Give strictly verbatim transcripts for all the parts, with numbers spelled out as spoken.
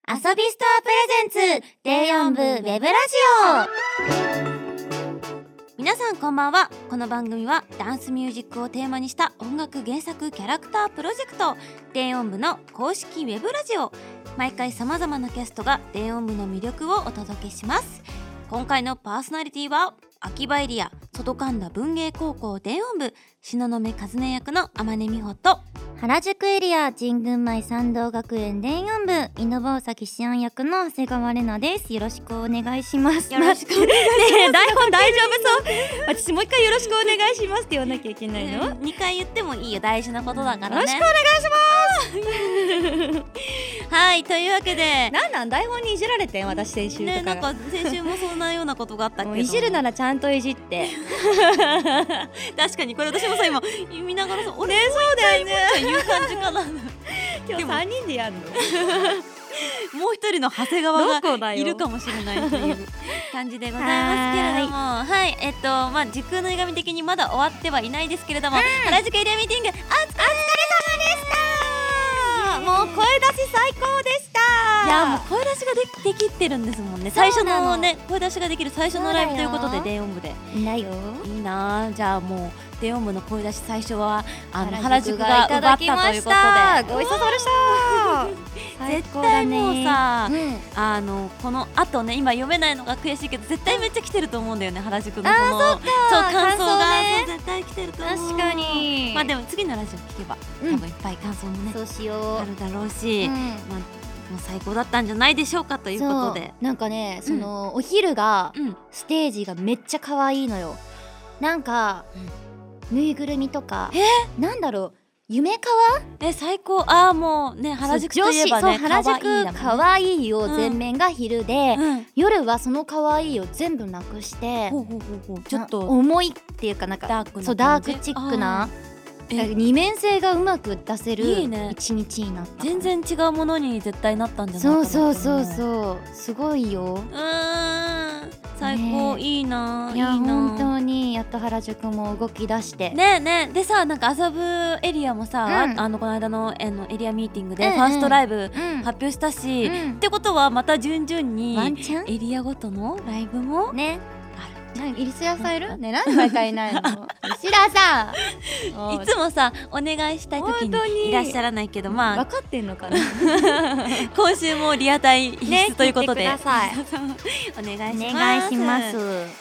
遊びストアプレゼンツだいよん部ウェブラジオ。皆さんこんばんは。この番組はダンスミュージックをテーマにした音楽原作キャラクタープロジェクトだいよん部の公式ウェブラジオ。毎回様々なキャストがだいよん部の魅力をお届けします。今回のパーソナリティは秋葉エリア外神田文芸高校だいよん部東雲和音役の天音美穂と、 原宿エリア神宮前参道学園だいよん部井上大崎志安役の長谷川玲奈です。よろしくお願いします。 よろしくお願いします。 ねえ、台本大丈夫そう？私もう一回よろしくお願いしますって言わなきゃいけないの？ にかい言ってもいいよ、大事なことだからね。 よろしくお願いしますはい、というわけでなんなん台本にいじられてん私先週とかね、なんか先週もそんなようなことがあったけどもういじるならちゃんといじって確かにこれ私もさ今見ながらさ俺、 ね、そうだよね言う感じかな今日さんにんでやんのもう一人の長谷川がいるかもしれないという感じでございますけれども、はい、はい、えっとまあ時空の歪み的にまだ終わってはいないですけれども、うん、原宿エリアミーティングお疲れ様でしたもう声出し最高でした。 いやもう声出しが で, できてるんですもんね。最初のね声出しができる最初のライブということでだいよん部でいいなよ。 いいな。じゃあもうだいよん部の声出し最初はあの原宿が奪ったということでごちそうさまでした絶対もうさ、うん、あのこの後ね今読めないのが悔しいけど絶対めっちゃ来てると思うんだよね、原宿のこのそう感想が、 ね、 そう絶対来てると思う。 確かに。 まあでも次のラジオ聞けば、うん、多分いっぱい感想もねそうしようあるだろうし、うん、まあもう最高だったんじゃないでしょうかということで、 なんかねその、うん、お昼が、うん、ステージがめっちゃ可愛いのよ。なんか、うん、ぬいぐるみとかなんだろう夢かわえ最高。あーもうね原宿といえばね原宿かわいいを全面が昼で、うん、夜はそのかわいいを全部なくして、 ほうほうほうほうちょっと重いっていうかなんかダークなそうダークチックな二面性がうまく出せる一日になった。 全然違うものに絶対なったんじゃないかな。 そうそうそうそうすごいよ。 うーん最高、ね、いいな。 いやいいな本当にやっと原宿も動き出してねえねえでさなんか麻布エリアもさ、うん、あのこの間のあのエリアミーティングでファーストライブ発表したし、うんうん、ってことはまた順々にエリアごとのライブもねイリスヤさんいるね。なんで毎回いないの石田さんいつもさお願いしたい時にいらっしゃらないけどまあ分かってんのかな今週もリアタイ必須ということで、 ね、お願いします。お願いします。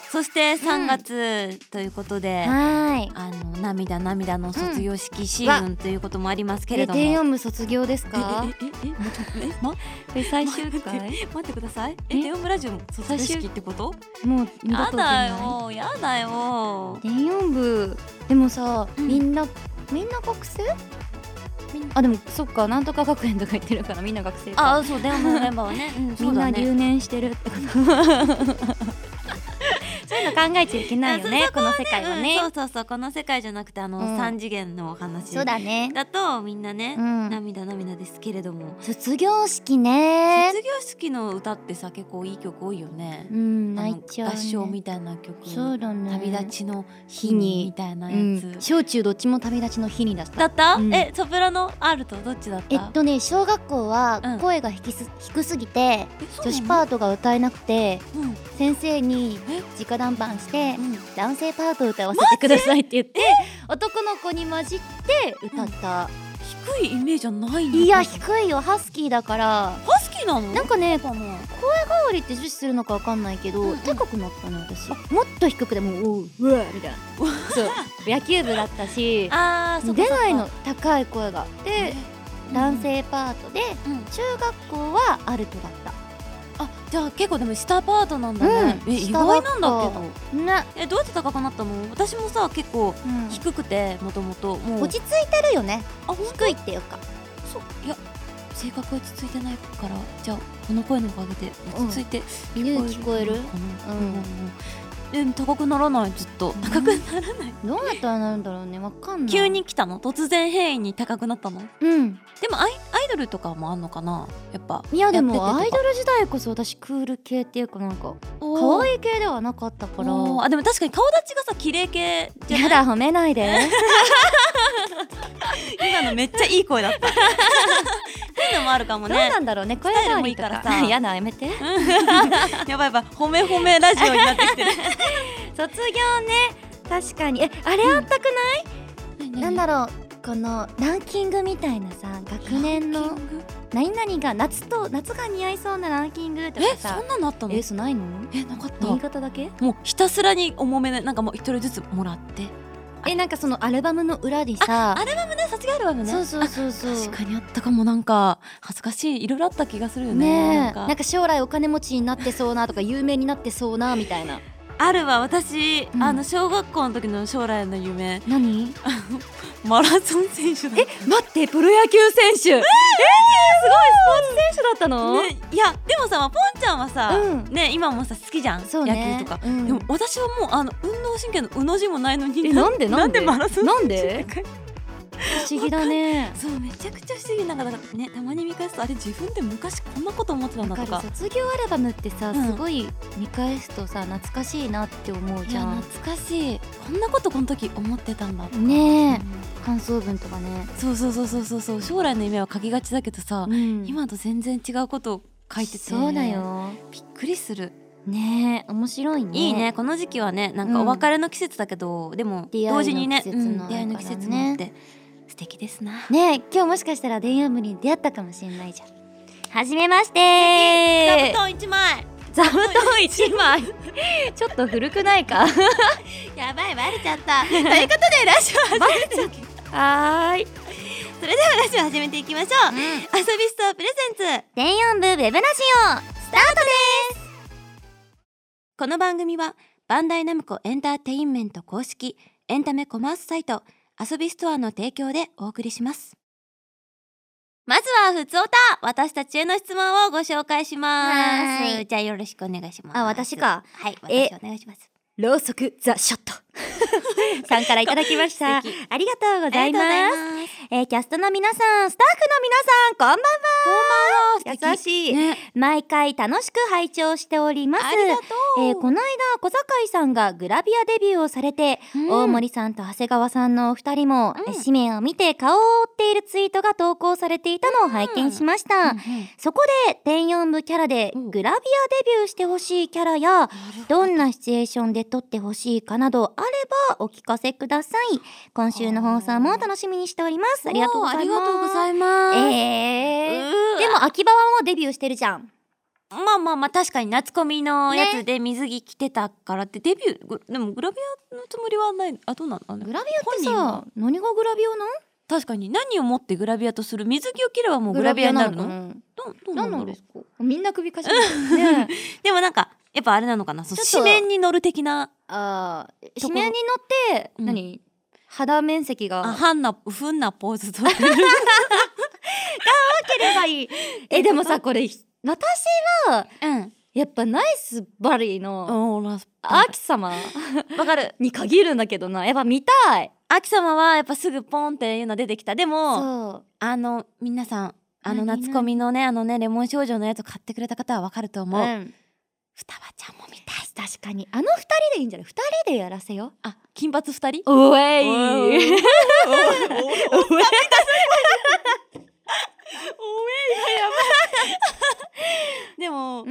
そしてさんがつということで、うん、はいあの涙涙の卒業式シーズンということもありますけれども、 だいよん部卒業ですか？ ええええもうちょっとえまえ最終回待ってください。えだいよん部ラジオ卒業式ってこと？ もう二度と出ない。 やだよやだよ。 だいよん部でもさ、うん、みんなみんな学生？みんなあでもそっかなんとか学園とか言ってるからみんな学生か。 あそうだいよん部のメンバーはね、うん、 みんな留年してるってことそういうの考えちゃいけないよ ね, ねこの世界はね、 うん、そうそうそうこの世界じゃなくてあの、うん、さん次元のお話そうだねだとみんなね、うん、涙涙ですけれども卒業式ね卒業式の歌ってさ結構いい曲多いよね。 うん泣いちゃうね。 合唱みたいな曲そうだね旅立ちの日にみたいなやつ、うん、 小中どっちも旅立ちの日にだっただった、 うん、 えソプラノアルトどっちだった？ えっとね小学校は声が低す、うん、低すぎて女子パートが歌えなくて、うん、先生に直談判して、うん、男性パート歌わせてくださいって言って男の子に混じって歌った、 うん、低いイメージじゃないの？ いや低いよハスキーだから。 ハスキーなの？ なんかね声変わりって重視するのかわかんないけど、うんうん、高くなったの私。もっと低くてもううわみたいなそう野球部だったしあーそ出ないの高い声がで、うん、男性パートで、うん、中学校はアルトだった。 あじゃあ結構でも下パートなんだね、うん、え意外なんだけど、 ね、 えどうやって高くなったの？私もさ結構低くてもともともう落ち着いてるよね。あ低いっていうかそういや性格落ち着いてないからじゃあこの声のおかげで落ち着いて聞こえる、うんえ高くならないずっと高くならない、 どうやったらなるんだろうねわかんない。 急に来たの？突然変異に高くなったの？ うんでもアイ、アイドルとかもあんのかなやっぱ。 いやでもアイドル時代こそ私クール系っていうかなんか可愛い系ではなかったから。 あでも確かに顔立ちがさ綺麗系じゃない？ やだ褒めないで今のめっちゃいい声だったっていうのもあるかもね。 どうなんだろうね、声変わりとかさ。やだやめてやばいやばい、褒め褒めラジオになってきてる卒業ね、確かに。え、あれあったくない、うん、なんだろう、このランキングみたいなさ、学年の何々が夏と夏が似合いそうなランキングとかさ。 え、そんなのあったの？ え、そうないの？ え、なかった。 新潟だけ？ もうひたすらに重めで、なんかもう一人ずつもらって。 え、なんかそのアルバムの裏にさ、 アルバムね、卒業アルバムね。 そうそうそうそう。 確かにあったかも。なんか恥ずかしい、いろいろあった気がするよね。 ねえ、 なんか、 なんか将来お金持ちになってそうなとか有名になってそうなみたいな。 あるわ、私、 うん、 あの小学校の時の将来の夢。 何？ マラソン選手だ。 え、待って、プロ野球選手。えー、すごいスポーツ選手だったの？ ね、いやでもさ、ポンちゃんはさ、うん、ね、今もさ好きじゃん、そうね、野球とか、うん、でも私はもうあの運動神経のうの字もないのに、 え、なんでなんでマラソンなんで？不思議だね。 そう、めちゃくちゃ不思議。なんかだからね、たまに見返すと、あれ自分で昔こんなこと思ってたんだとか。 卒業アルバムってさ、うん、すごい見返すとさ、懐かしいなって思うじゃん。 懐かしい。こんなことこの時思ってたんだとかねえ、うん、感想文とかね。 そうそうそうそうそう、将来の夢は書きがちだけどさ、うん、今と全然違うことを書いてて、 そうだよ、 びっくりするね。え、面白いね。 いいね、この時期はね、なんかお別れの季節だけど、うん、でも同時にね、出会いの季節もあって素敵ですな。 ねえ、今日もしかしたら電話部に出会ったかもしれないじゃん。はじめましてー。 座布団いちまい。 座布団いちまいちょっと古くないかやばい、バレちゃったということでラジオバレちゃったはーい。 それではラジオ始めていきましょう、うん、遊びストアプレゼンツ電音部ウェブラジオスタートです。 この番組はバンダイナムコエンターテインメント公式エンタメコマースサイト遊びストアの提供でお送りします。まずはふつおた、私たちへの質問をご紹介します。じゃあよろしくお願いします。 あ、私か。 はい、私お願いします。 ろうそくザ・ショットさんからいただきましたありがとうございます。えー、キャストの皆さん、スタッフの皆さん、こんばんは。 こんばんは。 優しい、ね、毎回楽しく拝聴しております。 ありがとう。 えー、この間小坂井さんがグラビアデビューをされて、うん、大森さんと長谷川さんのお二人も、うん、紙面を見て顔を覆っているツイートが投稿されていたのを拝見しました。うんうんうん、そこで電音部キャラでグラビアデビューしてほしいキャラや、どんなシチュエーションで撮ってほしいかなどあればお聞かせください。今週の放送も楽しみにしております。ありがとうございます。 ありがとうございます。 えー、でも秋葉はもうデビューしてるじゃん。 まあまあまあ、確かに夏コミのやつで水着着てたからってデビュー、ね、でもグラビアのつもりはない。あ、どうなの？ グラビアってさ、何がグラビアなん？ 確かに何をもってグラビアとする？水着を着ればもうグラビアになるの？ どうなんですか？みんな首かしげてねでもなんかやっぱあれなのかな、紙面に乗る的な。 あー、紙面に乗って、うん、何肌面積があ、はんなふんなポーズとってるが多ければいいえ、でもさ、これ私は、うん、やっぱナイスバディのアキ様わかるに限るんだけどな、やっぱ見たい。 アキ様はやっぱすぐポンっていうの出てきた。でもあの皆さん、あの夏コミのね、あのねレモン少女のやつ買ってくれた方はわかると思う、うん、双葉ちゃんも見たい。 確かにあの二人でいいんじゃない？二人でやらせよ。 あ、金髪二人。 おえいおえいがやばいでも、うん、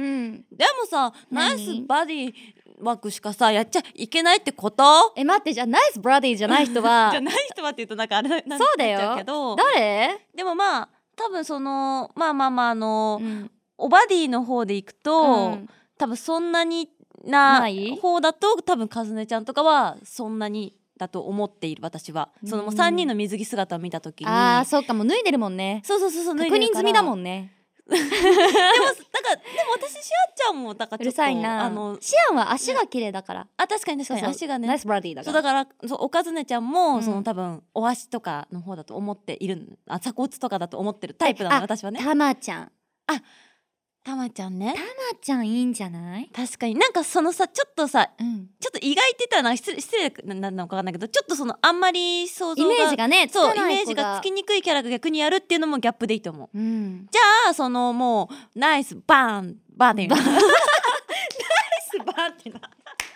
でもさ、ナイスバディワークしかさやっちゃいけないってこと？ え、待って、じゃあナイスバディじゃない人はじゃない人はって言うとなんかあれなんそうだよなっちゃうけど、 誰？ でもまあ多分そのまあまあまああの、うん、おバディの方でいくと、うん、多分そんなにな方だと多分かずねちゃんとかはそんなにだと思っている。私はそのもうさんにんの水着姿を見た時に、 ああ、そうか、もう脱いでるもんね。 そうそうそうそう、 確認済みだもんねでもだからでも私シアンちゃんもだからちょっとうるさいな。あのシアンは足が綺麗だから、 あ、確かに確かに、そうそう、足がね、 ナイスバディだから。 そうだからそう、おかずねちゃんも、うん、その多分お足とかの方だと思っている、あ、鎖骨とかだと思ってるタイプなの私はね。 たまちゃん、 あ、たまちゃんね。 たまちゃんいいんじゃない？ 確かになんかそのさ、ちょっとさ、うん、ちょっと意外って言ったらな失礼、失礼なのかわかんないけど、ちょっとそのあんまり想像がイメージがね、 そうイメージがつきにくいキャラが逆にやるっていうのもギャップでいいと思う、うん、じゃあそのもうナイスバーンバーデンナイスバーンってな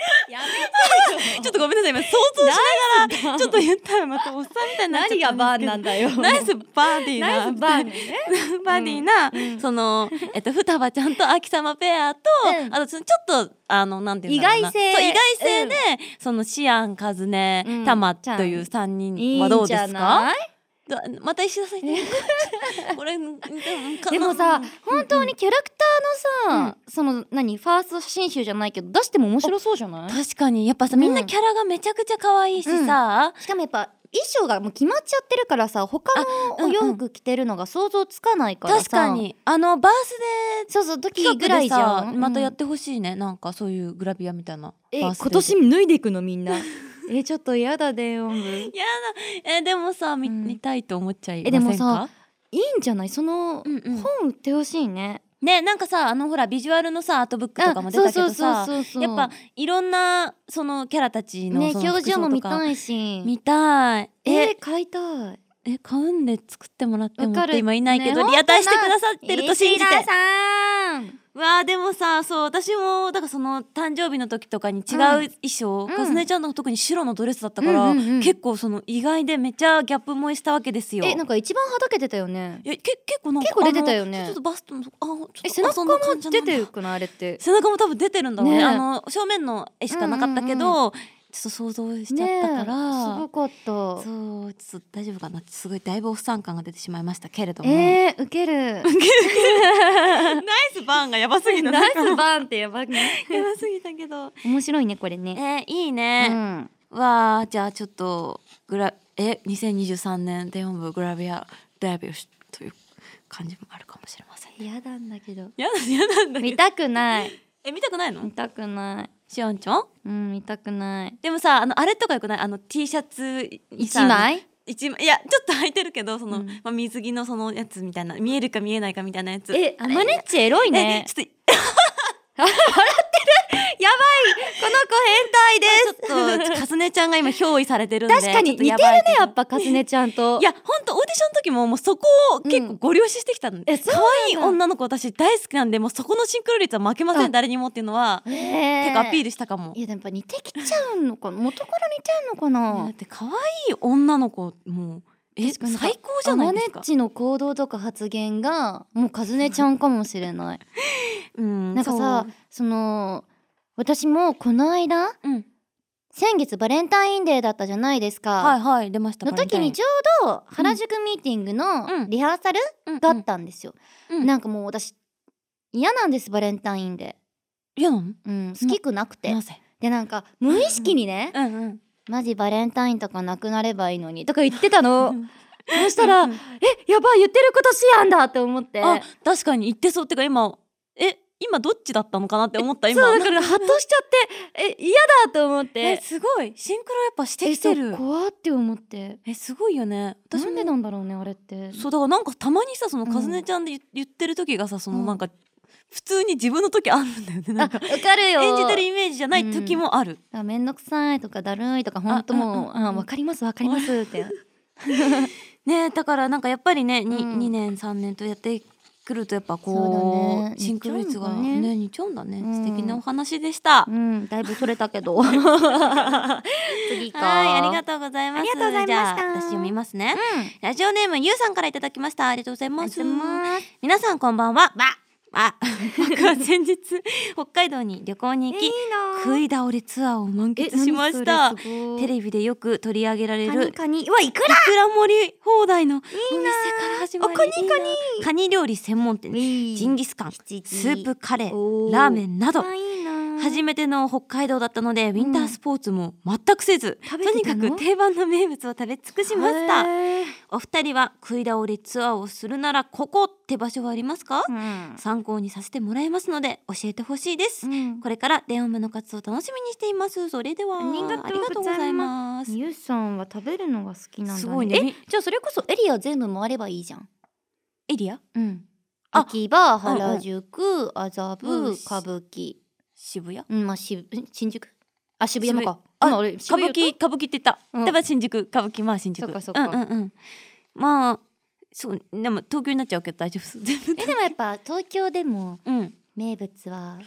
やめてよちょっとごめんなさい今想像しながらちょっと言ったらまたおっさんみたいになっちゃったんですけど何がバーなんだよナイスバーディーなナイスバーねバーディーな、 うん、 そのえっと双葉ちゃんと秋様ペアと、うん、あとちょっとあのなんていうんだろうな意外性そう意外性で、うん、そのシアンカズネ、うん、タマというさんにんはどうですか？また石田さんこれでもさ、本当にキャラクターのさ、うん、その何ファースト写真集じゃないけど出しても面白そうじゃない？ 確かにやっぱさ、みんなキャラがめちゃくちゃ可愛いしさ、 うん、しかもやっぱ衣装がもう決まっちゃってるからさ、他のお洋服着てるのが想像つかないからさ、 確かにあのバースデーそうそう時ぐらいじゃん、 またやってほしいね、なんかそういうグラビアみたいな。 え今年脱いでいくのみんなえちょっとやだでよやだえでもさ 見,、うん、見たいと思っちゃいませんか？えでもさいいんじゃない？その、うんうん、本売ってほしいね。 ね、なんかさあのほらビジュアルのさアートブックとかも出たけどさ、やっぱいろんなそのキャラたちの、 ね、表情も見たいし見たい。 えー、買いたい。 え買うんで作ってもらってもって今いないけど、ね、リアタイしてくださってると信じて。 石田さんわあでもさそう私もだからその誕生日の時とかに違う衣装、うん、かずねちゃんの特に白のドレスだったから、うんうんうん、結構その意外でめっちゃギャップ萌えしたわけですよ。 えなんか一番はだけてたよね。 いやけ結構なんか結構出てたよね。 ちょっとバストもあちょっとえ背中も出てるかなあれって。 背中も多分出てるんだろうね。あの正面の絵しかなかったけど、うんうんうん、ちょっと想像しちゃったから、 ね、すごかった。 そうちょっと大丈夫かな、すごいだいぶおっさん感が出てしまいましたけれども、 えー、ウケるナイスバーンがやばすぎたナイスバーンってやばくないやばすぎたけど面白いねこれね。 えー、いいね、うん、わーじゃあちょっとグラえにせんにじゅうさんねん電音部グラビアデビューという感じもあるかもしれませんね。 嫌なんだけど嫌なんだけど見たくないえ見たくないの？ 見たくないしおんちょんうん見たくない。 でもさあのあれとかよくない？あの T シャツいちまい一枚いやちょっと履いてるけどその、うんまあ、水着のそのやつみたいな見えるか見えないかみたいなやつ。 えアマネッチエロいね。 ちょっと笑ってるやばいこの子変態ですちょっとかずねちゃんが今憑依されてるんで確かに似てるねやっぱかずねちゃんといやほんとオーディションの時ももうそこを結構ご了承してきたの、うん、可愛い女の子私大好きなんでもうそこのシンクロ率は負けません誰にもっていうのは結構アピールしたかも。 いやでもやっぱ似てきちゃうのか元から似てんのかな。 だって可愛い女の子もうえ最高じゃないですか。 アマネッチの行動とか発言がもうかずねちゃんかもしれない、うん、なんかさ そ, その私もこの間、うん、先月バレンタインデーだったじゃないですか。 はいはい出ました。 の時にちょうど原宿ミーティングのリハーサルがあったんですよ、うんうん、なんかもう私嫌なんですバレンタインデー。嫌なの？ うん、好きくなくて。 なぜ？ でなんか無意識にね、うんうん、マジバレンタインとかなくなればいいのにとか言ってたのそしたらえやばい言ってることシアンだって思って。 あ確かに言ってそうってか今え今どっちだったのかなって思った今。 そうだからハッとしちゃってえ嫌だと思って。 えすごいシンクロやっぱしてきてる。 怖って思ってえすごいよね。 私なんでなんだろうねあれって。 そうだからなんかたまにさそのかずねちゃんで言ってる時がさそのなんか、うん普通に自分の時あるんだよね。なんかわかるよ演じてるイメージじゃない時もある、 うん、めんどくさいとかだるいとか本当もうあわかりますわかりますってねだからなんかやっぱりね 2,、うん、にねんさんねんとやってくるとやっぱこう、ね、シンクロ率がねね似ちゃうんだね、うん、素敵なお話でした、 うん、だいぶそれたけど次かはいありがとうございます。 ありがとうございました。 じゃあ私読みますね、うん、ラジオネームゆうさんからいただきました。ありがとうございます。皆さんこんばんは。あ僕は先日北海道に旅行に行き、いい食い倒れツアーを満喫しました。テレビでよく取り上げられるカニカニうわいくらいくら盛り放題のお店から始まりカニカニカニ料理専門店ジンギスカンスープカレーラーメンなど初めての北海道だったのでウィンタースポーツも全くせず、うん、とにかく定番の名物を食べ尽くしました。お二人は食い倒れツアーをするならここって場所はありますか、うん、参考にさせてもらいますので教えてほしいです、うん、これから電音部の活動を楽しみにしています。それではありがとうございます。 ゆうさんは食べるのが好きなんだね。 すごいね。 えじゃあそれこそエリア全部回ればいいじゃん。 エリアうん秋葉原宿麻布歌舞伎渋谷うんまあ渋新宿あ渋谷もかああ歌舞伎歌舞伎って言った、うん、だから新宿歌舞伎まあ新宿そっかそっか、うんうんうん、 まあそうでも東京になっちゃうけど大丈夫です。 えでもやっぱ東京でも名物は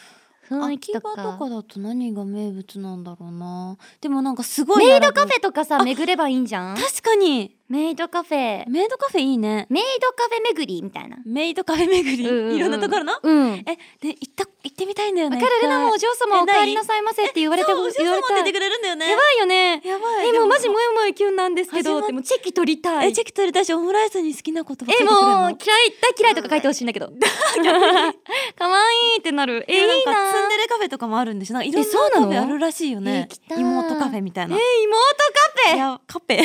雰囲気と秋葉かとかだと何が名物なんだろうな。でもなんかすごいメイ並ぶドカフェとかさ巡ればいいんじゃん。 確かにメイドカフェメイドカフェいいね。 メイドカフェ巡りみたいな。 メイドカフェ巡り、 うんうんうんいろんなところの、 うんえで行った行ってみたいんだよね。 わかる。ルナもお嬢様お帰りなさいませって言われてそうお嬢言われた様って言ってくれるんだよね。 やばいよね。 やばい。 えもうマジもやもやキュンなんですけど始まっでもチェキ取りたい。 えチェキ取りたいしオムライスに好きなことばっかえもうりくれるの。 嫌い大嫌いとか書いてほしいんだけどかわいいってなる。ええいいな。 なんかツンデレカフェとかもあるんでしょ。なんかいろんなえそうなのカフェあるらしいよね。 え行きたい妹カフェみたいな。 え妹カフェいやカフェ。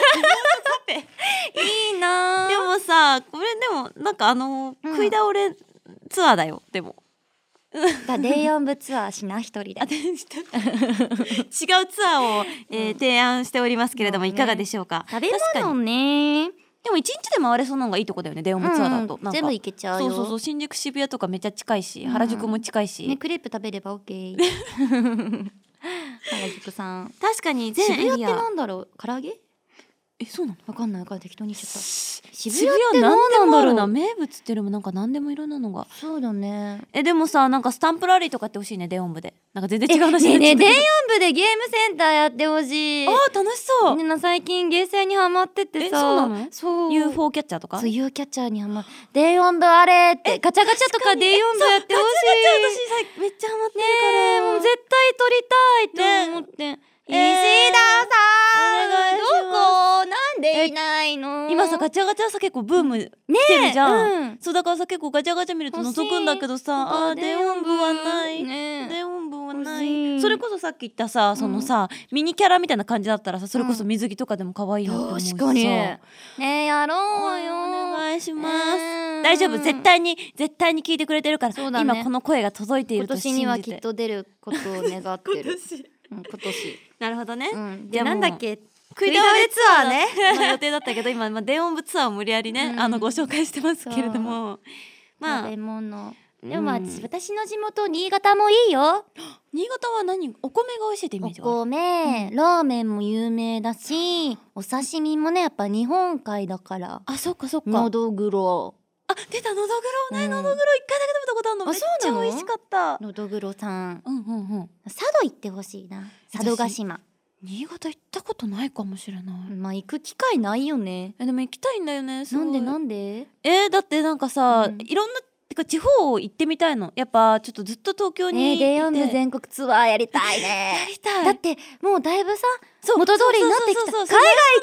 いいな。 でもさこれでもなんかあの、 うん食い倒れツアーだよ。でもだデイオン部ツアーしな一人で。 あで違うツアーを、えー提案しておりますけれども、 そうねいかがでしょうか。 食べ確か物にね。 でも一日で回れそうなのがいいとこだよね。デオムツアーだと、 うんなんか全部行けちゃうよ。 そうそうそう新宿渋谷とかめっちゃ近いし、 うん原宿も近いし、 ねクレープ食べればオッケー。原宿さん。 確かに渋谷って全エリアなんだろう。唐揚げ？ えそうなの。 わかんないわかんない適当に言っちゃった。渋渋谷って谷何何なんだろうでもあるな。名物っていうよりもなんか何でもいろんなのが。 そうだね。 えでもさなんかスタンプラリーとかってほしいね。デオン部でなんか全然違う話ねえねえデイオになっちゃン部でゲームセンターやってほしい。 うあー楽しそう、 ねな最近ゲーセンにハマっててさ。 えそうなのそうユーフォー キャッチャーとか。 そう ユー キャッチャーにハマる。デイオン部あれってガチャガチャとかデイオン部やってほしい。 私さめっちゃハマってるから、 ねえもう絶対撮りたいと思って。石田さん、 お願いしますどこなんでいないの？ 今さガチャガチャさ結構ブーム来てるじゃん、 うんそうだからさ結構ガチャガチャ見ると覗くんだけどさあーデオン部はない、 ねデオン部はな欲しいい。それこそさっき言ったさそのさ、ミニキャラみたいな感じだったらさそれこそ水着とかでも可愛いなって思うしさ、 確かにねえやろうよ。 お願いします、 うん大丈夫絶対に絶対に聞いてくれてるから、 そうだね今この声が届いてい今ると信じて年にはきっと出ることを願ってる。 今年うん今年。 なるほどね、 うん、でじゃあもうなんだっけ食い倒れツアーねの予定だったけど今、まあ、デオン部ツアーを無理やりね、 うんあのご紹介してますけれどもまあ食べ物。でもまあ、 うん私の地元新潟もいいよ。 新潟は何お米が美味しいってイメおージがある。 米、ラーメンも有名だし、お刺身もねやっぱ日本海だから。 あそっかそっかのどぐろ。 あ出たのどぐろね、 うんのどぐろ一回だけ食べたことあるのあめっちそうなのゃ美味しかった。 のどぐろさん。 うんうんうん佐渡行ってほしいな。佐渡島。 新潟行ったことないかもしれない、 まあ行く機会ないよね。 えでも行きたいんだよねすごいなんでなんで？ えー、だってなんかさ、 うんいろんなてか地方行ってみたいのやっぱちょっとずっと東京にいて、 ねえデイオン部全国ツアーやりたいね。 やりたいだってもうだいぶさそう元通りになってきた。海外行きたい。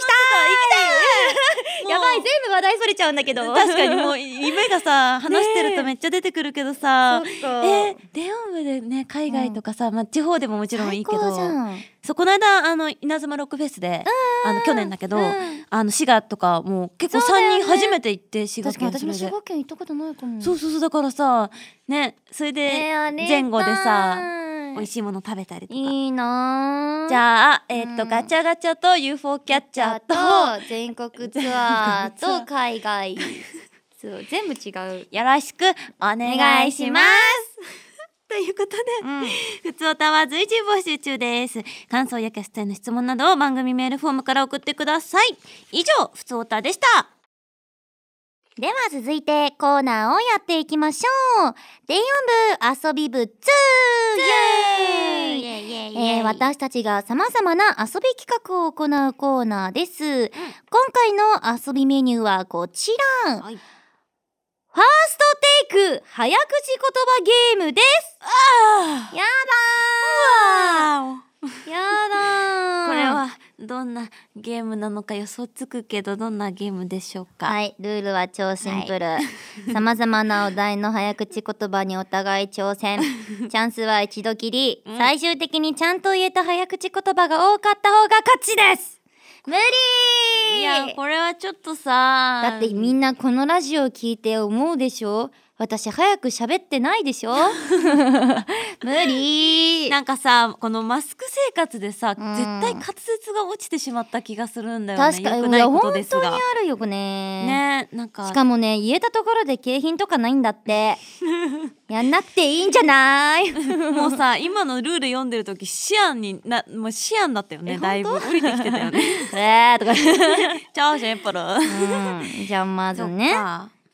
もうやばい全部話題それちゃうんだけど。 確かにもう夢がさ話してるとめっちゃ出てくるけどさ、 そっかえー、デオン部でね海外とかさ、まあ、地方でももちろんいいけど最高じゃん。 そうこの間あの稲妻ロックフェスであの去年だけど、 うんあの滋賀とかもう結構そうだよねさんにん初めて行って滋賀確かに私も滋県それで賀県行ったことないかも。 そうそうそうだからさねそれでえーありがたい前後でさ美味しいもの食べたりとかいいなー。 じゃあ、えーっとうんガチャガチャと ユーフォー キャッチャーとと全国ツアーと海外そう全部違う。 よろしくお願いしますということで、 うんふつおたは随時募集中です。感想やキャストへの質問などを番組メールフォームから送ってください。以上ふつおたでした。 では続いてコーナーをやっていきましょう。デイオン部遊び部ツーイエーイイエイイエイイエイえー私たちが様々な遊び企画を行うコーナーです。今回の遊びメニューはこちら。 はいファーストテイク早口言葉ゲームです。 あやあだーやだーこれはどんなゲームなのか予想つくけどどんなゲームでしょうか。 はいルールは超シンプル、さまざまなお題の早口言葉にお互い挑戦チャンスは一度きり、 うん最終的にちゃんと言えた早口言葉が多かった方が勝ちです。無理ーいやこれはちょっとさだってみんなこのラジオ聞いて思うでしょ、私早く喋ってないでしょ無理ーなんかさこのマスク生活でさ、 うん絶対滑舌が落ちてしまった気がするんだよね。 確かに良くないこと本ですが当にあるよねねなんかしかもね言えたところで景品とかないんだってやんなくていいんじゃないもうさ今のルール読んでる時シアンになもうシアンだったよね。 えだいぶ本当降りてきてたよねえーとか超シンプルうんじゃあまずねそっか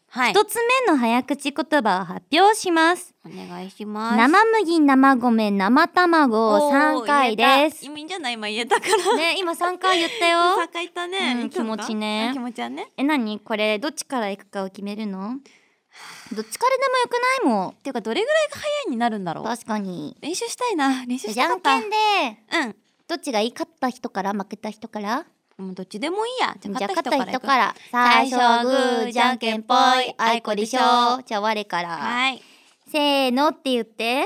はい、 一つ目の早口言葉を発表します。 お願いします。 生麦、生米、生卵さんかいです。 今いいんじゃない？今言えたからね、今さんかい言ったよさんかい言ったね、 うん、気持ちね。 気持ちはね。 え、何これどっちから行くかを決めるの？どっちからでもよくないもん。 っていうかどれぐらいが早いになるんだろう。 確かに練習したいな。練習したかった。 じゃんけんで、 うん、 どっちがいい？勝った人から負けた人から？ もうどっちでもいいや。 じゃあ勝った人から。最初はグー、じゃんけんぽい、あいこでしょ。じゃあ我から。 はい。 せーのって言って。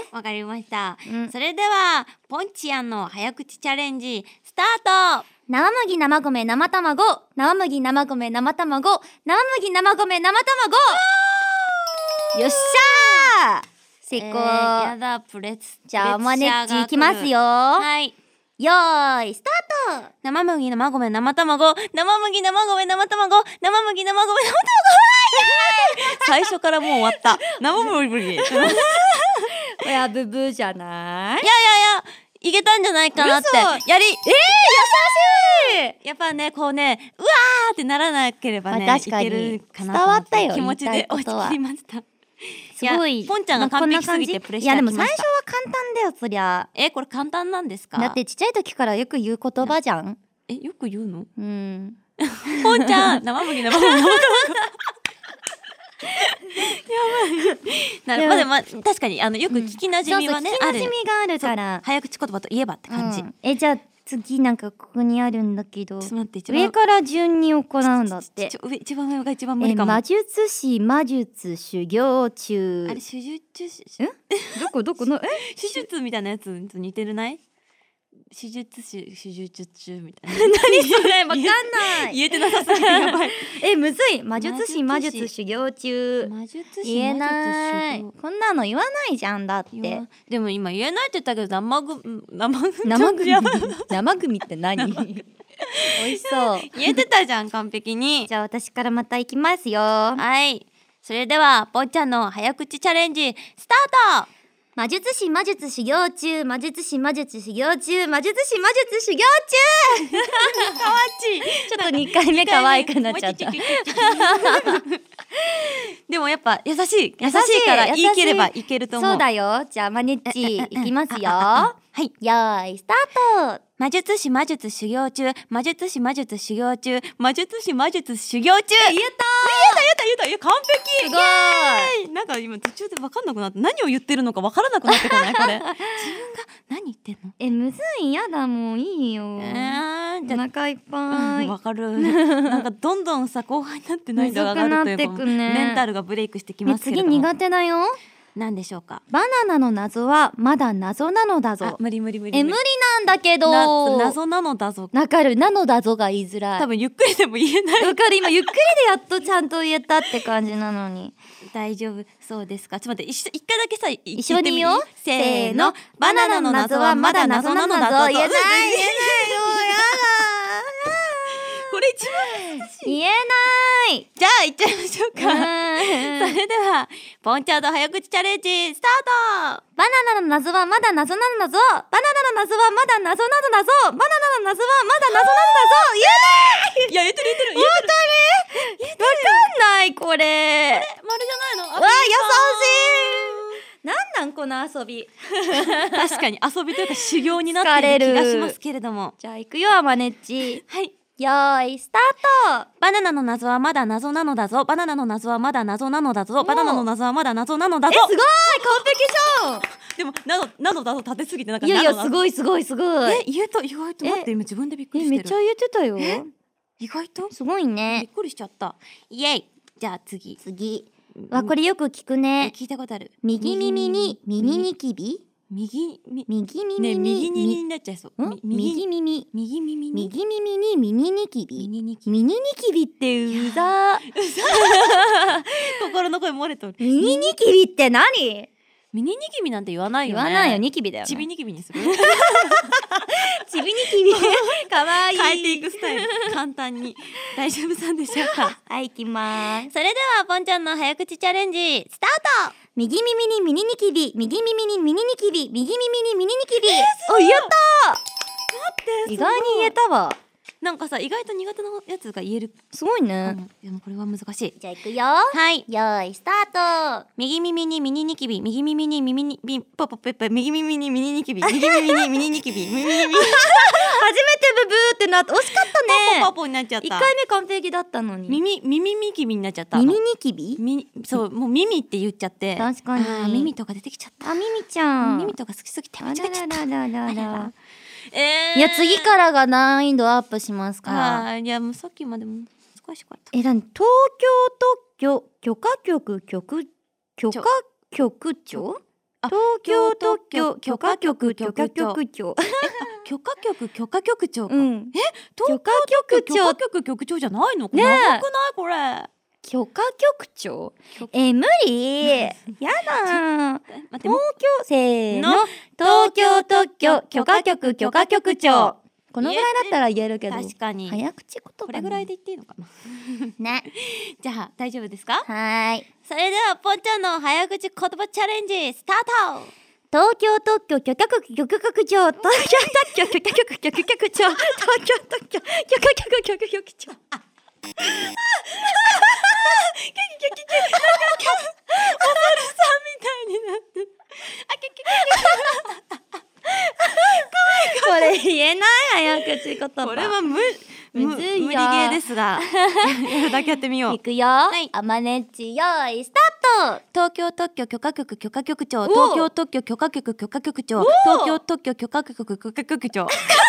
わかりました、うん、それではポンチアンの早口チャレンジスタート。 生麦、生米、生卵、生麦、生米、生卵、生麦、生米、生卵。よっしゃー、成功、えー、やだ、プレス。 じゃあマネッチいきますよ。 はい、 よーいスタート。 生麦、生米、生卵、生麦、生米、生卵、生麦、生米、生卵。最初からもう終わった。生麦。 いや、ブブーじゃない？いやいやいや、いけたんじゃないかなってやり。えー、優しい。やっぱね、こうね、うわーってならなければね、確かにいけるかなと思って伝わったよ。気持ちで押し切りました。すごい、 ポンちゃんが完璧すぎてプレッシャーきました。いやでも最初は簡単だよ、そりゃ。 え、これ簡単なんですか？ だってちっちゃい時からよく言う言葉じゃん。 え、よく言うの？ うん。 ポンちゃん、生麦生麦生麦。やばい。なるほど。でも確かにあのよく聞きなじみはね、 ある。聞きなじみがあるから。 早口言葉といえばって感じ。 え、じゃあ次なんかここにあるんだけど、 ちょっと待って、 上から順に行うんだって。 上一番上が一番無理かも。 魔術師魔術修行中。 あれ手術え？どこどこの？え？ 手術みたいなやつと似てるない？手術手手術中みたいな。 何それ？わかんない。 言えてなさすぎてやばい。 え、むずい。魔術師魔術修行中。 魔術師言えない。こんなの言わないじゃんだって。 でも今言えないって言ったけど生グ生グ生グミ生グミって何？美味しそう。 言えてたじゃん完璧に。 じゃあ私からまた行きますよ。 はい。それではぽんちゃんの早口チャレンジスタート。 魔術師魔術修行中、魔術師魔術修行中、魔術師魔術修行中。 かわちい。 ちょっとにかいめ可愛くなっちゃった。 でもやっぱ優しい優しいから言い切ればいけると思う。 そうだよ。じゃあマネッチいきますよ。はい。よーいスタート。 魔術師魔術修行中、魔術師魔術修行中、魔術師魔術修行中。 言えたー。言えた言えた言えた。いや完璧。 すごい。なんか今途中で分かんなくなって何を言ってるのか分からなくなってこないこれ。自分が何言ってんの？ え、むずい。やだもういいよ。えー、じゃあお腹いっぱい。 わかる。なんかどんどんさ後輩になってない度が上がるというか、メンタルがブレイクしてきますけれども。 次苦手だよ。 何でしょうか。 バナナの謎はまだ謎なのだぞ。 無理無理無理。 え、無理なんだけど。 謎なのだぞ。 わかる。なのだぞが言いづらい。 多分ゆっくりでも言えない。 わかる。今ゆっくりでやっとちゃんと言えたって感じなのに。 大丈夫そうですか。ちょっと待って、一一回だけさ一緒によ。 せーの。バナナの謎はまだ謎なのだぞ。 言えない言えないよ。やだ。 これ一番難しい。 言えない。 じゃあ行っちゃいましょうか。それではポンちゃんの早口チャレンジスタート。 バナナの謎はまだ謎なのだぞ。バナナの謎はまだ謎なのだぞ。バナナの謎はまだ謎なのだぞ。言えない。 いや言ってる言ってる。 本当に？わかんないこれ。 丸じゃないの？ わあ優しい。なんなんこの遊び。 確かに遊びというか修行になっている気がしますけれども。 じゃあ行くよマネッチ。 はい。 よーいスタート。 バナナの謎はまだ謎なのだぞ。バナナの謎はまだ謎なのだぞ。バナナの謎はまだ謎なのだぞ。 え、すごい完璧じゃん。 でもなのなのだぞ立てすぎてなんか。 いやいやすごいすごいすごい。 え、言えた。意外と待って今自分でびっくりしてる。 めっちゃ言えてたよ。 意外とすごいね。 びっくりしちゃった。イエイ。じゃあ次次。わこれよく聞くね。 聞いたことある。 右耳に耳ニキビ。 右右耳に右耳になっちゃいそう。 右耳右耳右耳に耳ニキビ。耳ニキビってうざ。 心の声漏れとる。 耳ニキビって何？ ミニニキビなんて言わないよね。 言わないよ。ニキビだよね。 チビニキビにする。 チビニキビ。かわいい。 変えていくスタイル。簡単に。大丈夫さんでしょうか。 はい、行きます。 それではポンちゃんの早口チャレンジスタート。 右耳にミニニキビ、右耳にミニニキビ、右耳にミニニキビ。お、言えた。 待って。 意外に言えたわ。 なんかさ意外と苦手なやつが言える。 すごいね。 うん、でもこれは難しい。 じゃあいくよ。 はい。 よーいスタート。 右耳にミニニキビ、右耳に耳にビポポペペ、右耳にミニニキビ、右耳にミニニキビ、右耳に初めてブブーってなって惜しかったね。 パポパポになっちゃった。 一回目完璧だったのに。 耳耳ニキビになっちゃった。 耳ニキビ？ みそうもう耳って言っちゃって。 確かに。 あ耳とか出てきちゃった。 あ耳ちゃん。 耳とか好きすぎて間違えちゃった。 あららららら。 えー、 いや次からが難易度アップしますから。 あいやもうさっきまでも少しかった。 えだ東京特許許可局局許可局長？東京特許許可局許可局長。 許可局許可局長か。 うん。 え東京特許許可局局長じゃないの？ねえ。長くないこれ。 許可局長？え無理。やだ。東京せーの。東京特許許可局許可局長。このぐらいだったら言えるけど。確かに。早口言葉。 これぐらいで言っていいのかな。 ね。 じゃあ大丈夫ですか？ はい。 それではポンちゃんの早口言葉チャレンジスタート。 東京特許許可局許可局長。東京特許許可局許可局長。東京特許許可局許可局長。キャキャキャキャキャなんかお猿さんみたいになってる。あキャキャキャキャこれ言えない早口言葉。 これは無むずいよ。 無理ゲーですがやるだけやってみよう。 いくよ。はい。あまねっちよーいスタート。 東京特許許可局許可局長。東京特許許可局許可局長。東京特許許可局許可局長。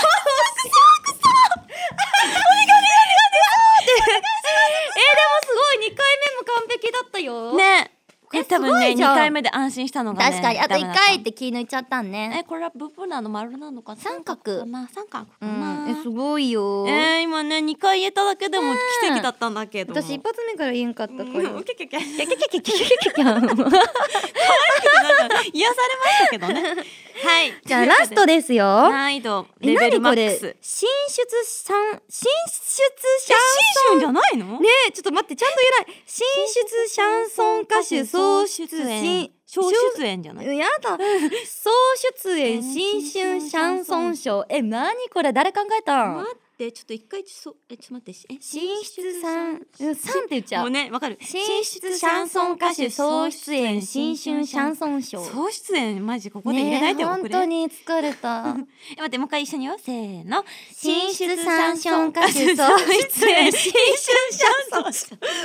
にかいめも完璧だったよ。 ねえ多分ねにかいめで安心したのがね。 確かにあといっかいって気抜いちゃったんね。 えこれはブブなの丸なのか三角かな三角かな。 えすごいよ。 え今ねにかい言えただけでも奇跡だったんだけど。 私一発目から言えんかったから。キャキャキャキャキャキャキャキャキャキャキャキャ。可愛くてなんか癒されましたけどね。はい。 じゃあラストですよ。 難易度レベルマックス。 進出シャン進出シャンソンじゃないの？ ねえちょっと待ってちゃんと言えない。進出シャンソン歌手総出演総出演じゃない？ やだ。総出演新春シャンソンショー。え何これ誰考えたん？ 待ってちょっと一回そえちょっと待ってえ進出さんさんって言っちゃう。 もうねわかる。 進出シャンソン歌手総出演新春シャンソンショー。 総出演マジここで入れないでおくれ。 本当に疲れた。 待ってもう一回一緒によせーの。 進出シャンソン歌手総出演新春シャンソンショー。言え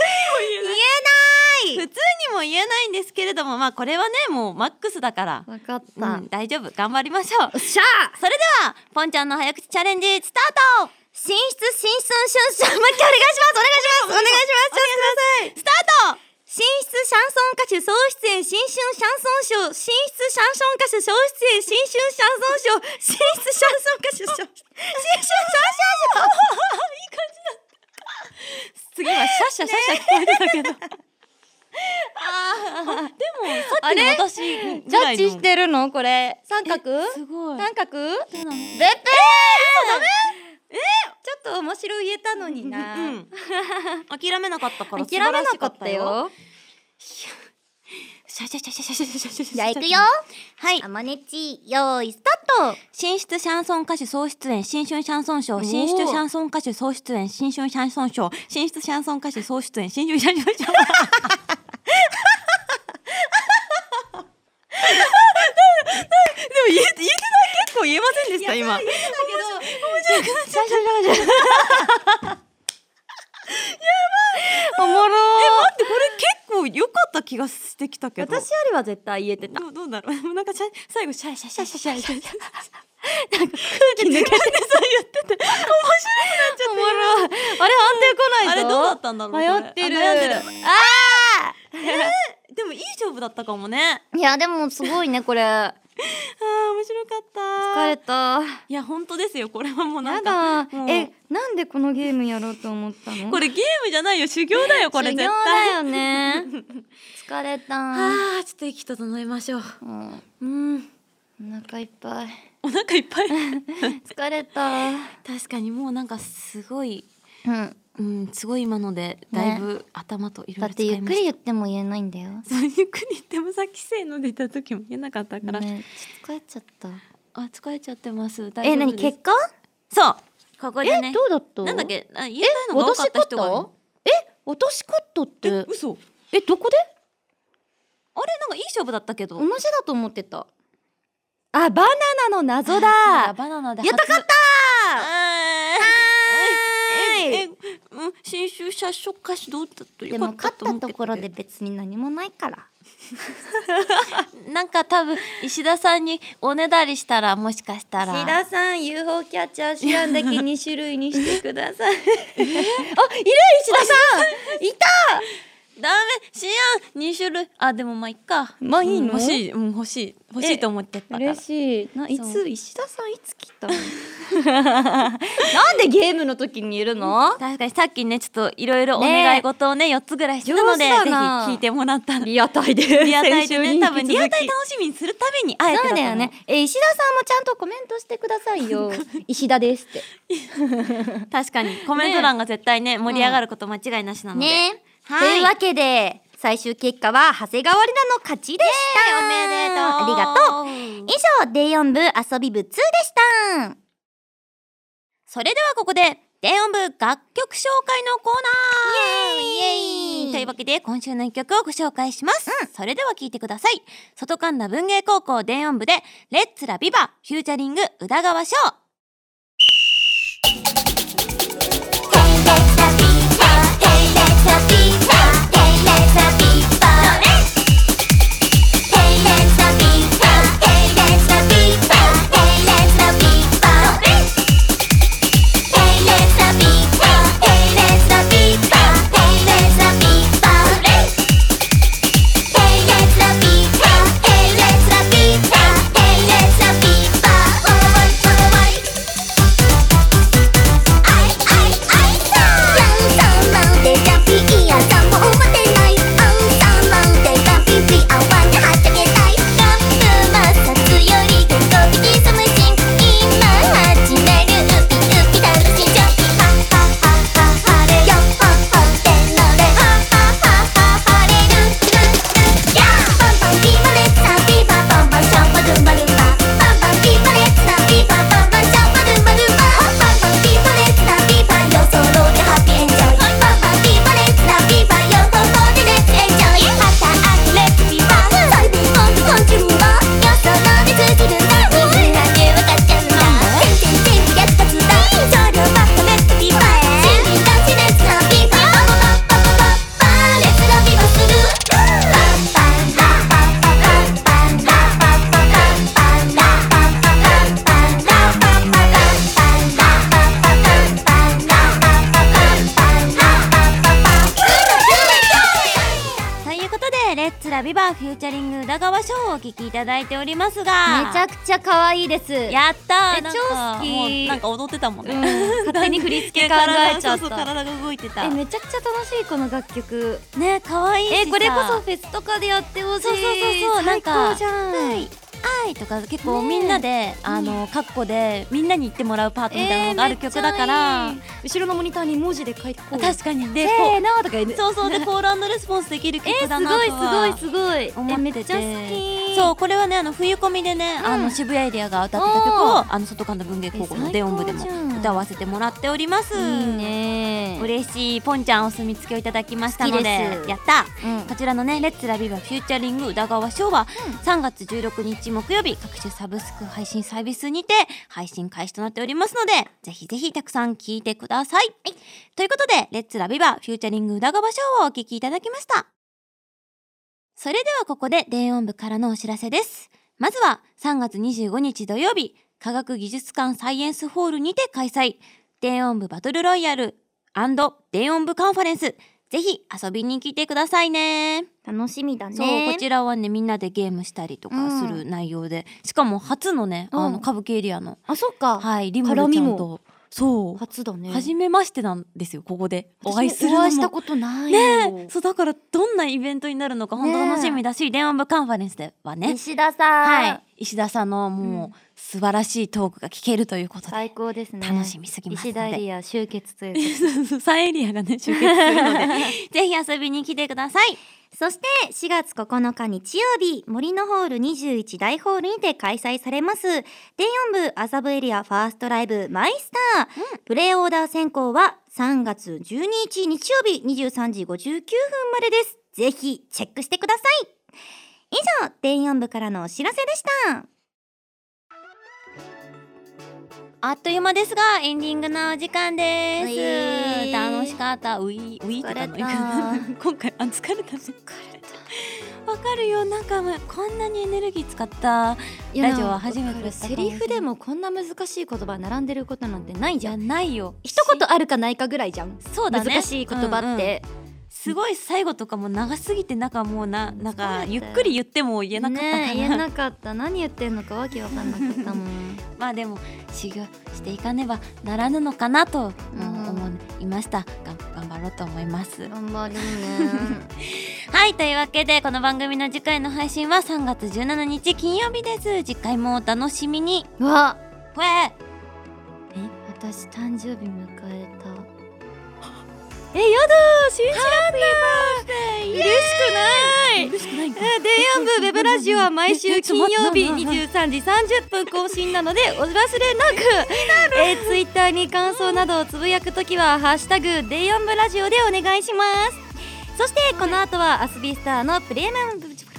ない。 普通にも言えないんですけれどもまあこれはねもうマックスだから。 分かった。 大丈夫頑張りましょう。 しゃあ。 それではポンちゃんの早口チャレンジスタート。 進出新春シャンソンもう一回お願いしますお願いしますお願いします。 スタート。 進出シャンソン歌手総出演新春シャンソンショー進出シャンソン歌手総出演新春シャンソンショー進出シャンソン歌手新春シャンソンショーいい感じだった。 次はシャッシャシャッシャ聞こえてたけどあでもさっきの私ジャッジしてるのこれ三角すごい三角べっぺーダメえちょっと面白い言えたのにな、うん、 諦めなかったから諦めなかったよ。 シャシャシャシャシャシャシャシャシャ。 じゃあ行くよ。はい。あまねちよーいスタート。 進出シャンソン歌手総出演新春シャンソンショー進出シャンソン歌手総出演新春シャンソンショー進出シャンソン歌手総出演新春シャンソンショー。でも言えてない結構言えませんでした今。言えてたけど面白くなっちゃった。おもろー。え待ってこれ結構良かった気がしてきたけど。 私よりは絶対言えてた。 どうどうだろう。なんか最後シャイシャイシャイシャイシャイなんか空気抜けてさ言ってて面白くなっちゃって。おもろい。あれ判定来ないぞ。 あれどうだったんだろう。 迷ってる。 ああ。 えー、でもいい勝負だったかもね。 いやでもすごいねこれ。あー面白かった。 疲れた。 いや本当ですよこれはもうなんかえなんでこのゲームやろうと思ったの？ これゲームじゃないよ修行だよこれ絶対。 修行だよね。疲れた。 あーちょっと息整えましょう。うん、うん、 お腹いっぱい。 お腹いっぱい疲れた。 確かにもうなんかすごい、 うんうん、すごい今のでだいぶ、ね、頭といろいろ使いました。 だってゆっくり言っても言えないんだよ。 そうゆっくり言ってもさっきせーので言った時も言えなかったから、 ね、ちょっと疲れちゃった。 あ疲れちゃってます。 え何結果？ そうここでねえどうだった？ なんだっけ言いたいのが多かった人が、ね、 え私勝ったって。 え嘘えどこで？ あれなんかいい勝負だったけど。 同じだと思ってた。あバナナの謎だ。 バナナでやった勝ったー。ええ新種車紹介しどうだったよかったと思って。 でも勝ったところで別に何もないからなんか多分石田さんにおねだりしたらもしかしたら石田さん ユーフォー キャッチャー知らんだけに種類にしてくださいあいる石田さんいたダメシアンに種類あでもまあいっかまあいいの、 うん、欲しい、うん、欲しい欲しいと思ってたから嬉しいないつ石田さんいつ来たなんでゲームの時にいるの？ 確かにさっきねちょっといろいろお願い事をねよっつぐらいしてたのでぜひ聞いてもらったらリアタイでリアタイでね多分リアタイ楽しみにするためにあえてだそうだよね。え石田さんもちゃんとコメントしてくださいよ石田ですって確かにコメント欄が絶対ね盛り上がること間違いなしなのでねはい、というわけで最終結果は長谷川里奈の勝ちでした。 おめでとうありがとう。以上デイオン部遊び部ツーでした。 それではここでデイオン部楽曲紹介のコーナーイエーイというわけで今週の一曲をご紹介します、うん、それでは聴いてください。外神田文芸高校デイオン部でレッツラビバフューチャリング宇田川翔。ビバフューチャリング宇田川翔をお聴きいただいておりますが、 めちゃくちゃ可愛いです。 やったー。 超好き。 なんか踊ってたもんね、 うん、勝手に振り付け考えちゃった。 そうそう体が動いてた。 えめちゃくちゃ楽しいこの楽曲ね。可愛いしさ、 えこれこそフェスとかでやってほしい。 そうそうそうそう、なんか最高じゃん。はい愛とか結構みんなで、ね、あのカッコでみんなに言ってもらうパートみたいなのがある曲だから、 えー、いい後ろのモニターに文字で書いてこう。 確かにでせーのとか言ってそうそうでコール&レスポンスできる曲だなとはえー、すごいすごいすごい思ってて、 めっちゃ好き。 そうこれはねあの冬コミでね、うん、あの渋谷エリアが歌ってた曲をあの外神田文芸高校のデオン部でも歌わせてもらっております。 いいね嬉しい。ポンちゃんお墨付きをいただきましたのでやった、うん、こちらのねレッツラビバフューチャリング宇田川翔は、うん、さんがつじゅうろくにち木曜日各種サブスク配信サービスにて配信開始となっておりますのでぜひぜひたくさん聞いてください、はい、ということでレッツラビバフューチャリング宇田川翔をお聞きいただきました。それではここでデイオン部からのお知らせです。まずはさんがつにじゅうごにち土曜日科学技術館サイエンスホールにて開催デイオン部バトルロイヤル&デイオン部カンファレンス、ぜひ遊びに来てくださいね。 楽しみだね。 そうこちらはねみんなでゲームしたりとかする内容で、うん、しかも初のねあの歌舞伎エリアのあそっかはいリムルちゃんとそう初だね。 初めましてなんですよ。ここでお会いするのもお会いしたことないよね。そうだからどんなイベントになるのか本当楽しみだし、ね、デイオン部カンファレンスではね石田さん、 はい、石田さんのもう、うん、 素晴らしいトークが聞けるということで最高ですね。 楽しみすぎますので、 石田エリア集結ということさんエリアがね集結するのでぜひ遊びに来てください。 そしてしがつここのか日曜日、森のホールにじゅういち大ホールにて開催されます電音部麻布エリアファーストライブマイスター、うん、プレイオーダー選考はさんがつじゅうににち日曜日にじゅうさんじごじゅうきゅうふんまでです。ぜひチェックしてください。以上、電音部からのお知らせでした。 あっという間ですがエンディングのお時間です。楽しかった。ウィウィとかの今回あ疲れた疲れたわかるよ。なんかこんなにエネルギー使ったラジオは初めてだった。 セリフでもこんな難しい言葉並んでることなんてないじゃん。 いやないよ。 一言あるかないかぐらいじゃん。 そうだね。 難しい言葉って、 うんうん、すごい最後とかも長すぎてなんかもうななんかゆっくり言っても言えなかったから、 ね、言えなかった。何言ってんのかわけわかんなかったもんまあでも修行していかねばならぬのかなと、うん、思いました。頑張ろうと思います。 頑張るねはい、というわけでこの番組の次回の配信はさんがつじゅうしちにち金曜日です。次回もお楽しみに。 うわほええ私誕生日迎えた。え、やだー、信じらんない。嬉しくない嬉しくないんか。 電音部ウェブラジオは毎週金曜日にじゅうさんじさんじゅっぷん更新なのでお忘れなくえー、ツイッターに感想などをつぶやくときはハッシュタグ電音部ラジオでお願いします。そしてこの後は遊びスターのプレミアム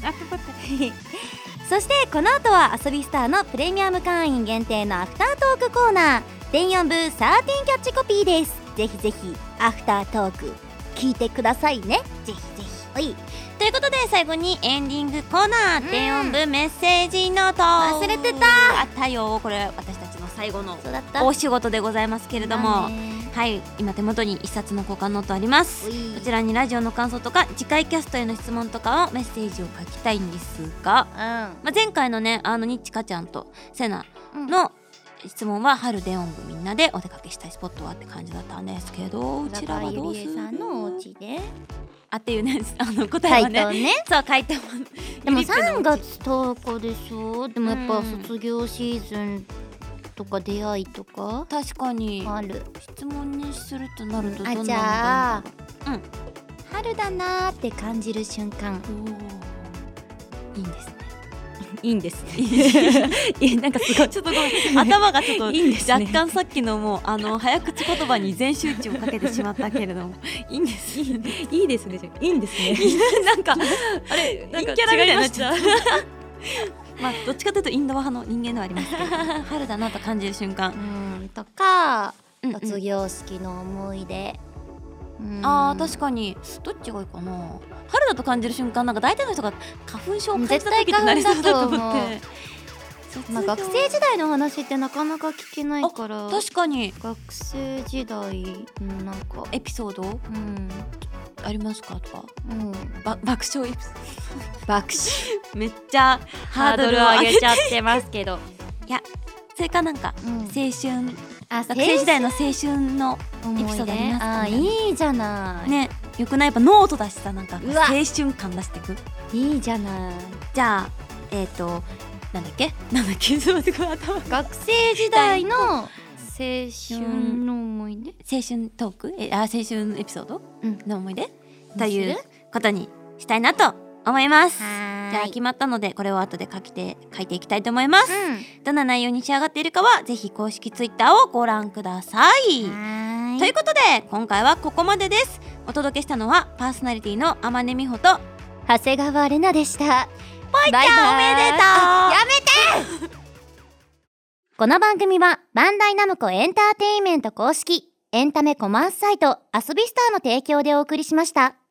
そしてこの後は遊びスターのプレミアム会員限定のアフタートークコーナー電音部サーティンキャッチコピーです。ぜひぜひアフタートーク聞いてくださいね。ぜひぜひ。おいということで最後にエンディングコーナー、うん、電音部メッセージノート忘れてた。 あったよ。これ私たちの最後のお仕事でございますけれども、はい、今手元に一冊の交換ノートあります。こちらにラジオの感想とか次回キャストへの質問とかをメッセージを書きたいんですが、うんまあ、前回のねあのニッチカちゃんとセナの、うん質問は春電音部みんなでお出かけしたいスポットはって感じだったんですけど、うちらはどうするさんのお家であっていうねあの答えはねねそう書いてもでもさんがつとおかでしょ。でもやっぱ卒業シーズンとか出会いとか確かにある。 質問にするとなるとどんなのがいいんだろう。 あじゃあ、うん、春だなーって感じる瞬間。 いいんですね。 いいんですねいなんかすごいちょっとごめん頭がちょっといいんです、ね、若干さっきのもうあの早口言葉に全集中をかけてしまったけれどもいいんですいい、いいですね。じゃいいんですねなんかあれなんかキャラみたいになっちゃうまあどっちかというとインド派の人間ではありますけど春だなと感じる瞬間うんとか、うんうん、卒業式の思い出。 あー確かにどっちがいいかな。春だと感じる瞬間なんか大体の人が花粉症を感じた時ってなりそうだと思ってまあ学生時代の話ってなかなか聞けないから確かに学生時代のなんかエピソード、うん、ありますかとか、うん、ば爆笑エピソード爆笑めっちゃハードル上げちゃってますけどいやそれかなんか、うん、青春あ学生時代の青春のエピソードありますかね。 あいいじゃないね。よくないやっぱノートだしさなんか青春感出してくいいじゃない。 じゃあえっ、ー、となんだっけなんだっけ頭学生時代の青春の思い出青春トークえあ青春エピソード、うん、の思い出ということにしたいなと思います。じゃあ決まったのでこれを後で書きて書いていきたいと思います、うん、どんな内容に仕上がっているかはぜひ公式ツイッターをご覧ください。はいということで今回はここまでです。お届けしたのはパーソナリティの天音美穂と長谷川玲奈でした。 バイちゃんおめでとう。 やめてこの番組はバンダイナムコエンターテインメント公式エンタメコマースサイト遊びスターの提供でお送りしました。